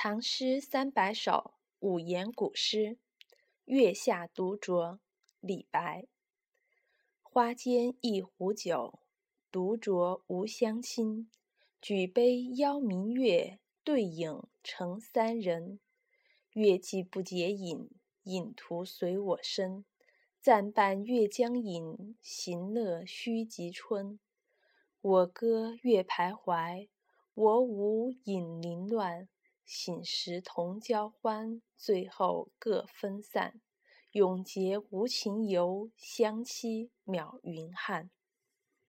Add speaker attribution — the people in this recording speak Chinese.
Speaker 1: 唐诗300首五言古诗。月下独酌，李白。花间一壶酒，独酌无相亲。举杯邀明月，对影成三人。月既不解饮，饮徒随我身。暂伴月将影，行乐须及春。我歌月徘徊，我舞影零乱。醒时同交欢，醉后各分散。永结无情游，相期邈云汉。